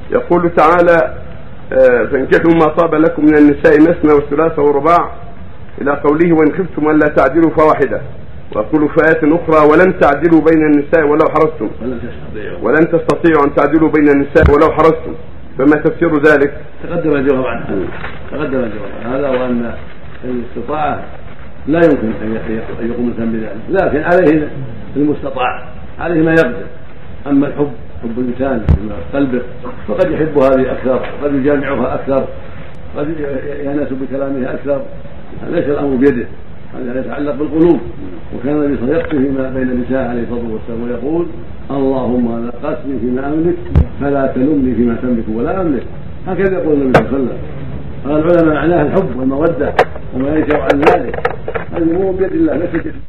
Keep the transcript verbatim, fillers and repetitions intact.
يقول تعالى فانكحوا ما طاب لكم من النساء مثنى والثلاث والرباع إلى قوله وإن خفتم ألا تعدلوا فواحدة، وأقول في آية أخرى ولن تعدلوا بين النساء ولو حرصتم ولن تستطيعوا أن تعدلوا بين النساء ولو حرصتم، فما تفسير ذلك؟ تقدم الجواب عنه تقدم الجواب عن هذا، وأن الاستطاعة لا يمكن أن يقوم الإنسان بذلك، لكن عليه المستطاع، عليه ما يقدر. أما الحب حب الإنسان في قلبه فقد يحب هذه أكثر، قد يجامعها أكثر، قد يناس بكلامها أكثر، ليس الأمر بيده، هذا يتعلق بالقلوب. وكان النبي صلى الله عليه وسلم يقضي فيما بين النساء عليه الصلاة والسلام ويقول اللهم لا قسمي فيما أملك فلا تلمني فيما تملك ولا أملك، هكذا يقول النبي صلى الله عليه وسلم. قال العلماء معناه الحب والمودة وما ينشأ عن ذلك، هذه أمور بيد الله.